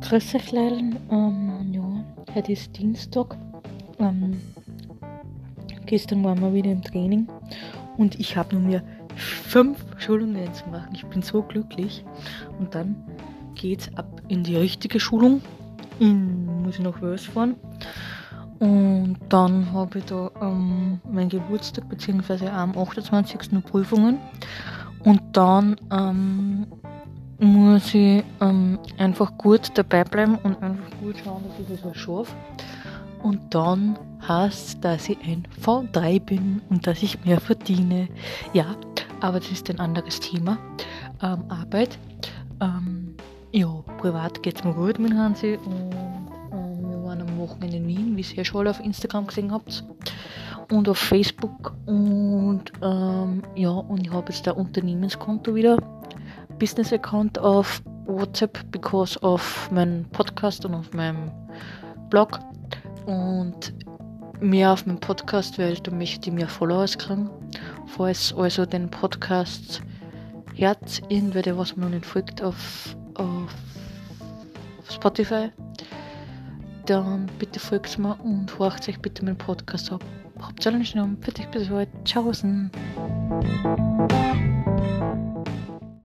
Grüß euch Leute. Heute ist Dienstag. Gestern waren wir wieder im Training und ich habe nur mir 5 Schulungen zu machen. Ich bin so glücklich. Und dann geht's ab in die richtige Schulung. Muss ich nach Wels fahren. Und dann habe ich da meinen Geburtstag, beziehungsweise am 28. noch Prüfungen. Und dann muss ich einfach gut dabei bleiben und einfach gut schauen, dass ich das auch schaffe. Und dann heißt, dass ich ein V3 bin und dass ich mehr verdiene. Ja, aber das ist ein anderes Thema. Arbeit. Privat geht es mir gut mit Hansi und wir waren am Wochenende in Wien, wie ihr schon alle auf Instagram gesehen habt und auf Facebook und ich habe jetzt ein Unternehmenskonto wieder, Business Account auf WhatsApp, because of meinen Podcast und auf meinem Blog und mehr auf meinem Podcast, weil da möchte ich mehr Followers kriegen. Falls also den Podcast hört, irgendwer, der was mir noch nicht folgt auf Spotify, dann bitte folgt mir und horcht euch bitte meinen Podcast ab. Habt ihr einen schönen Abend, für dich bis heute. Tschaußen.